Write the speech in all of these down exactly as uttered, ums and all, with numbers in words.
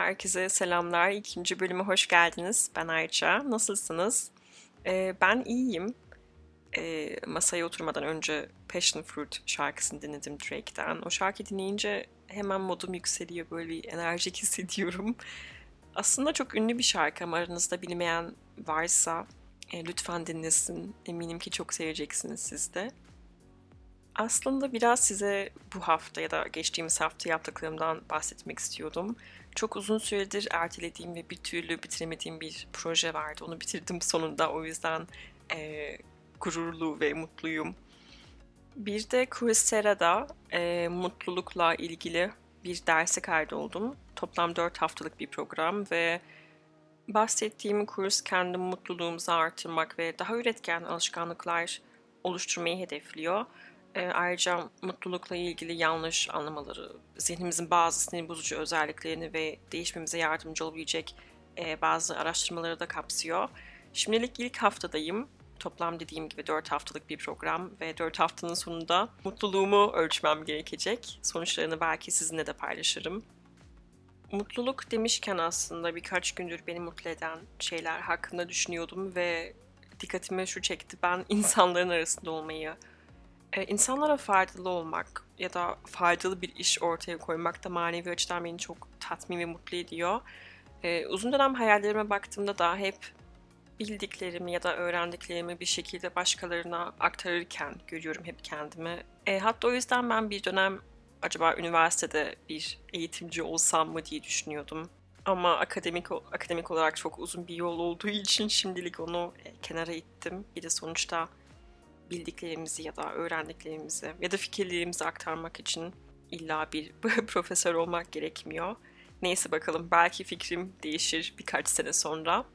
Herkese selamlar. İkinci bölüme hoş geldiniz. Ben Ayça. Nasılsınız? Ee, ben iyiyim. Ee, masaya oturmadan önce Passion Fruit şarkısını dinledim Drake'den. O şarkı dinleyince hemen modum yükseliyor. Böyle bir enerjik hissediyorum. Aslında çok ünlü bir şarkı ama aranızda bilmeyen varsa e, lütfen dinlesin. Eminim ki çok seveceksiniz siz de. Aslında biraz size bu hafta ya da geçtiğimiz hafta yaptıklarımdan bahsetmek istiyordum. Çok uzun süredir ertelediğim ve bir türlü bitiremediğim bir proje vardı. Onu bitirdim sonunda. O yüzden eee, gururlu ve mutluyum. Bir de Coursera'da eee, mutlulukla ilgili bir derse kaydoldum. Toplam dört haftalık bir program ve bahsettiğim kurs kendi mutluluğumuzu artırmak ve daha üretken alışkanlıklar oluşturmayı hedefliyor. Ee, ayrıca mutlulukla ilgili yanlış anlamaları, zihnimizin bazı sinir bozucu özelliklerini ve değişmemize yardımcı olabilecek e, bazı araştırmaları da kapsıyor. Şimdilik ilk haftadayım. Toplam dediğim gibi dört haftalık bir program ve dört haftanın sonunda mutluluğumu ölçmem gerekecek. Sonuçlarını belki sizinle de paylaşırım. Mutluluk demişken aslında birkaç gündür beni mutlu eden şeyler hakkında düşünüyordum ve dikkatimi şu çekti. Ben insanların arasında olmayı, e, insanlara faydalı olmak ya da faydalı bir iş ortaya koymak da manevi açıdan beni çok tatmin ve mutlu ediyor. E, uzun dönem hayallerime baktığımda da hep bildiklerimi ya da öğrendiklerimi bir şekilde başkalarına aktarırken görüyorum hep kendimi. E, hatta o yüzden ben bir dönem acaba üniversitede bir eğitimci olsam mı diye düşünüyordum. Ama akademik akademik olarak çok uzun bir yol olduğu için şimdilik onu e, kenara ittim. Bir de sonuçta bildiklerimizi ya da öğrendiklerimizi ya da fikirlerimizi aktarmak için illa bir profesör olmak gerekmiyor. Neyse bakalım belki fikrim değişir birkaç sene sonra.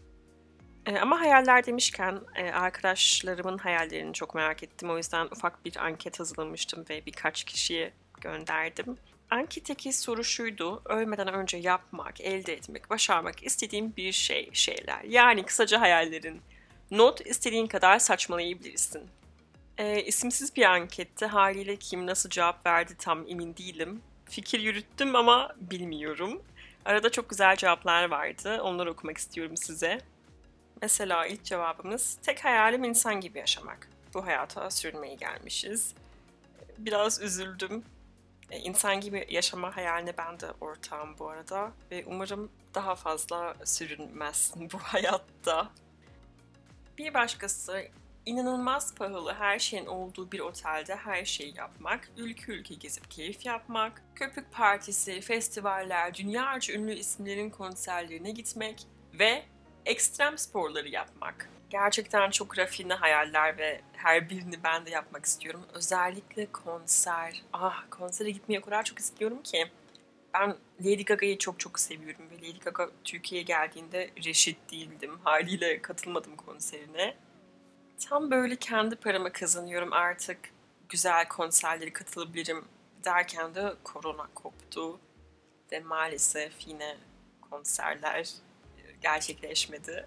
E, ama hayaller demişken e, arkadaşlarımın hayallerini çok merak ettim. O yüzden ufak bir anket hazırlamıştım ve birkaç kişiye gönderdim. Anketteki soru şuydu: ölmeden önce yapmak, elde etmek, başarmak istediğim bir şey, şeyler. Yani kısaca hayallerin. Not, istediğin kadar saçmalayabilirsin. E, isimsiz bir anketti. Haliyle kim nasıl cevap verdi tam emin değilim. Fikir yürüttüm ama bilmiyorum. Arada çok güzel cevaplar vardı. Onları okumak istiyorum size. Mesela ilk cevabımız, tek hayalim insan gibi yaşamak. Bu hayata sürünmeye gelmişiz. Biraz üzüldüm. E, İnsan gibi yaşama hayaline ben de ortağım bu arada. Ve umarım daha fazla sürünmezsin bu hayatta. Bir başkası, inanılmaz pahalı her şeyin olduğu bir otelde her şeyi yapmak, ülke ülke gezip keyif yapmak, köpük partisi, festivaller, dünyaca ünlü isimlerin konserlerine gitmek ve ekstrem sporları yapmak. Gerçekten çok rafine hayaller ve her birini ben de yapmak istiyorum. Özellikle konser. Ah, konsere gitmeyi o kadar çok istiyorum ki. Ben Lady Gaga'yı çok çok seviyorum ve Lady Gaga Türkiye'ye geldiğinde reşit değildim. Haliyle katılmadım konserine. Tam böyle kendi paramı kazanıyorum artık, güzel konserlere katılabilirim derken de korona koptu ve maalesef yine konserler gerçekleşmedi.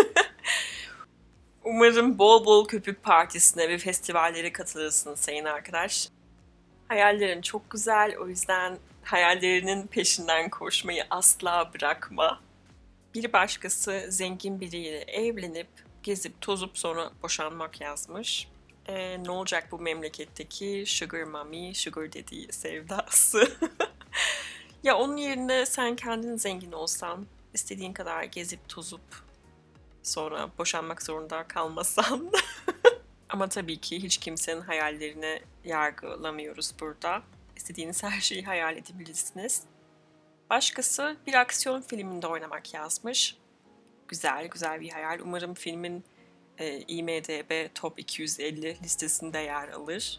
Umarım bol bol köpük partisine ve festivallere katılırsınız sayın arkadaş. Hayallerin çok güzel, o yüzden hayallerinin peşinden koşmayı asla bırakma. Bir başkası zengin biriyle evlenip, gezip, tozup sonra boşanmak yazmış. Ee, ne olacak bu memleketteki sugar mommy, sugar daddy sevdası? Ya onun yerine sen kendin zengin olsan, istediğin kadar gezip tozup sonra boşanmak zorunda kalmasan. Ama tabii ki hiç kimsenin hayallerini yargılamıyoruz burada. İstediğiniz her şeyi hayal edebilirsiniz. Başkası bir aksiyon filminde oynamak yazmış. Güzel, güzel bir hayal. Umarım filmin e, IMDb Top iki yüz elli listesinde yer alır.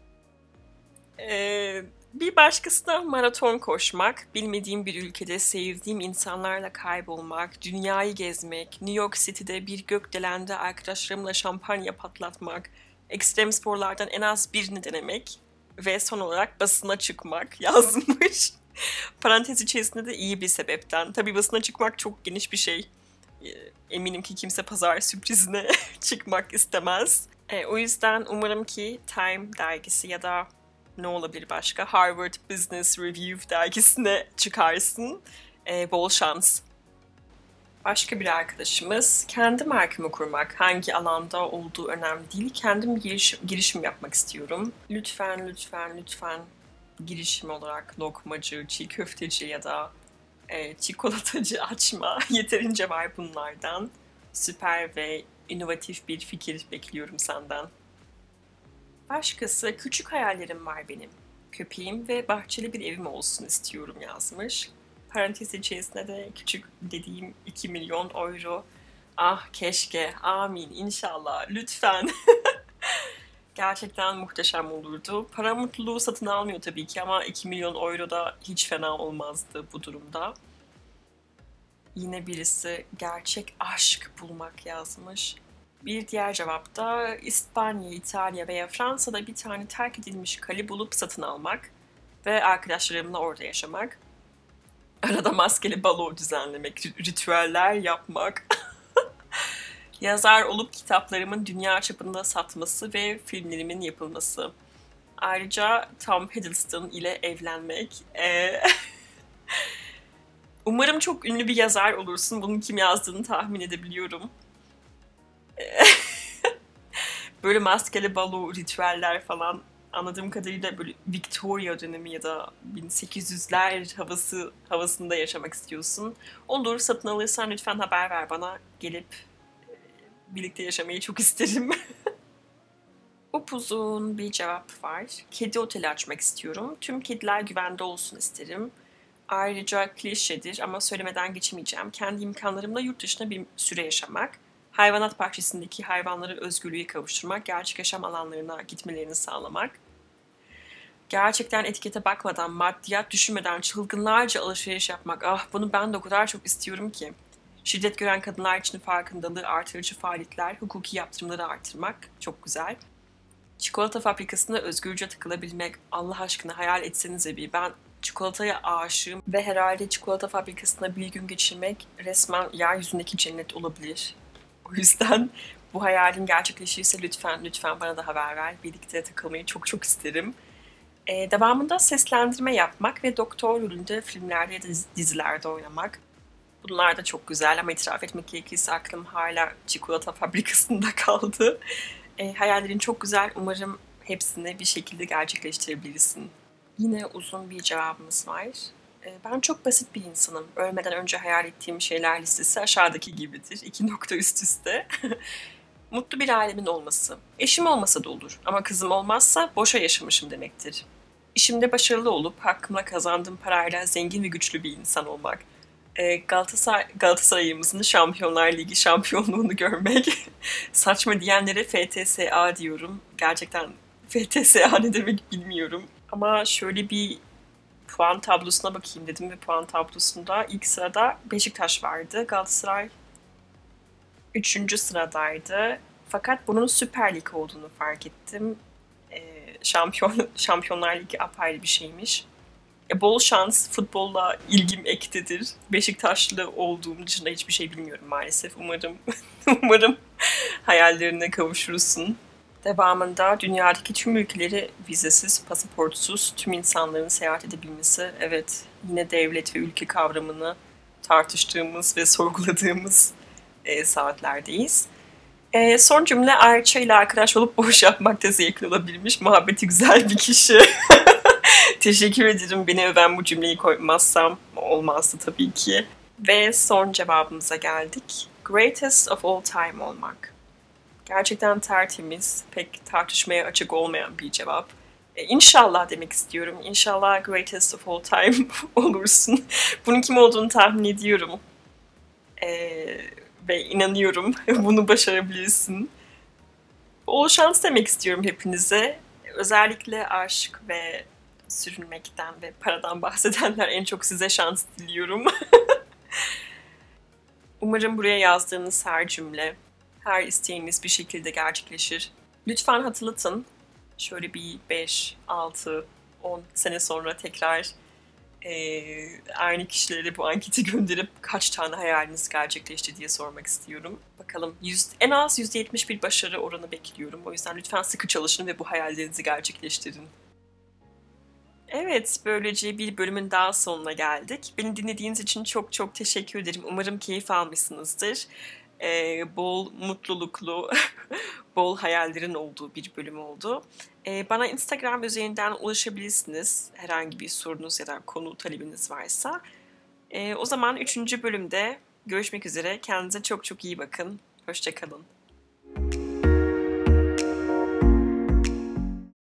Ee, bir başkası da maraton koşmak, bilmediğim bir ülkede sevdiğim insanlarla kaybolmak, dünyayı gezmek, New York City'de bir gökdelende arkadaşlarımla şampanya patlatmak, ekstrem sporlardan en az birini denemek ve son olarak basına çıkmak yazmış. Parantez içerisinde de iyi bir sebepten. Tabii basına çıkmak çok geniş bir şey. Ee, Eminim ki kimse pazar sürprizine çıkmak istemez. E, o yüzden umarım ki Time dergisi ya da ne olabilir başka? Harvard Business Review dergisine çıkarsın. Ee, bol şans. Başka bir arkadaşımız, kendi markamı kurmak, hangi alanda olduğu önemli değil. Kendim bir girişim, girişim yapmak istiyorum. Lütfen, lütfen, lütfen girişim olarak lokmacı, çiğ köfteci ya da e, çikolatacı açma. Yeterince var bunlardan. Süper ve inovatif bir fikir bekliyorum senden. Başkası, küçük hayallerim var benim. Köpeğim ve bahçeli bir evim olsun istiyorum yazmış. Parantez içerisinde de küçük dediğim iki milyon euro. Ah keşke, amin, inşallah, lütfen. Gerçekten muhteşem olurdu. Para mutluluğu satın almıyor tabii ki ama iki milyon euro da hiç fena olmazdı bu durumda. Yine birisi gerçek aşk bulmak yazmış. Bir diğer cevapta İspanya, İtalya veya Fransa'da bir tane terk edilmiş kale bulup satın almak ve arkadaşlarımla orada yaşamak. Arada maskeli balo düzenlemek, ritüeller yapmak. Yazar olup kitaplarımın dünya çapında satması ve filmlerimin yapılması. Ayrıca Tom Hiddleston ile evlenmek. Ee, Umarım çok ünlü bir yazar olursun. Bunun kim yazdığını tahmin edebiliyorum. Böyle maskeli balo, ritüeller falan anladığım kadarıyla böyle Victoria dönemi ya da bin sekiz yüzler havası havasında yaşamak istiyorsun. Olur, satın alırsan lütfen haber ver bana. Gelip birlikte yaşamayı çok isterim. Upuzun bir cevap var. Kedi oteli açmak istiyorum. Tüm kediler güvende olsun isterim. Ayrıca klişedir ama söylemeden geçemeyeceğim. Kendi imkanlarımla yurt dışında bir süre yaşamak. Hayvanat bahçesindeki hayvanları özgürlüğe kavuşturmak, gerçek yaşam alanlarına gitmelerini sağlamak. Gerçekten etikete bakmadan, maddiyat düşünmeden çılgınlarca alışveriş yapmak. Ah bunu ben de o kadar çok istiyorum ki. Şiddet gören kadınlar için farkındalığı artırıcı faaliyetler, hukuki yaptırımları artırmak çok güzel. Çikolata fabrikasında özgürce takılabilmek, Allah aşkına hayal etsenize bir. Ben çikolataya aşığım ve herhalde çikolata fabrikasında bir gün geçirmek resmen yeryüzündeki cennet olabilir. O yüzden bu hayalin gerçekleşirse lütfen lütfen bana da haber ver. Birlikte takılmayı çok çok isterim. Ee, devamında seslendirme yapmak ve doktor rolünde filmlerde ya da dizilerde oynamak. Bunlar da çok güzel ama itiraf etmek gerekirse aklım hala çikolata fabrikasında kaldı. E, hayallerin çok güzel. Umarım hepsini bir şekilde gerçekleştirebilirsin. Yine uzun bir cevabımız var. E, ben çok basit bir insanım. Ölmeden önce hayal ettiğim şeyler listesi aşağıdaki gibidir. İki nokta üst üste. Mutlu bir ailemin olması. Eşim olmasa da olur ama kızım olmazsa boşa yaşamışım demektir. İşimde başarılı olup hakkımla kazandığım parayla zengin ve güçlü bir insan olmak. E, Galatasaray, Galatasaray'ımızın Şampiyonlar Ligi şampiyonluğunu görmek. Saçma diyenlere F T S A diyorum. Gerçekten F T S A ne demek bilmiyorum. Ama şöyle bir puan tablosuna bakayım dedim ve puan tablosunda ilk sırada Beşiktaş vardı. Galatasaray üçüncü sıradaydı. Fakat bunun Süper Lig olduğunu fark ettim. E, şampiyon, Şampiyonlar Ligi apayrı bir şeymiş. E, bol şans, futbolla ilgim ektedir. Beşiktaşlı olduğum dışında hiçbir şey bilmiyorum maalesef. Umarım umarım hayallerine kavuşursun. Devamında dünyadaki tüm ülkeleri vizesiz, pasaportsuz tüm insanların seyahat edebilmesi. Evet, yine devlet ve ülke kavramını tartıştığımız ve sorguladığımız e, saatlerdeyiz. E, son cümle Ayça ile arkadaş olup boş yapmak da zevkli olabilmiş. Muhabbeti güzel bir kişi. Teşekkür ederim. Beni öven bu cümleyi koymazsam olmazdı tabii ki. Ve son cevabımıza geldik. Greatest of all time olmak. Gerçekten tertemiz, pek tartışmaya açık olmayan bir cevap. E, İnşallah demek istiyorum. İnşallah greatest of all time olursun. Bunun kim olduğunu tahmin ediyorum. E, ve inanıyorum bunu başarabilirsin. Bol şans demek istiyorum hepinize. Özellikle aşk ve sürünmekten ve paradan bahsedenler en çok size şans diliyorum. Umarım buraya yazdığınız her cümle, her isteğiniz bir şekilde gerçekleşir. Lütfen hatırlatın. Şöyle bir beş, altı, on sene sonra tekrar e, aynı kişilere bu anketi gönderip kaç tane hayaliniz gerçekleşti diye sormak istiyorum. Bakalım yüz, en az yüzde yetmiş bir başarı oranı bekliyorum. O yüzden lütfen sıkı çalışın ve bu hayallerinizi gerçekleştirin. Evet, böylece bir bölümün daha sonuna geldik. Beni dinlediğiniz için çok çok teşekkür ederim. Umarım keyif almışsınızdır. Ee, bol, mutluluklu, bol hayallerin olduğu bir bölüm oldu. Ee, bana Instagram üzerinden ulaşabilirsiniz. Herhangi bir sorunuz ya da konu talebiniz varsa. Ee, o zaman üçüncü bölümde görüşmek üzere. Kendinize çok çok iyi bakın. Hoşça kalın.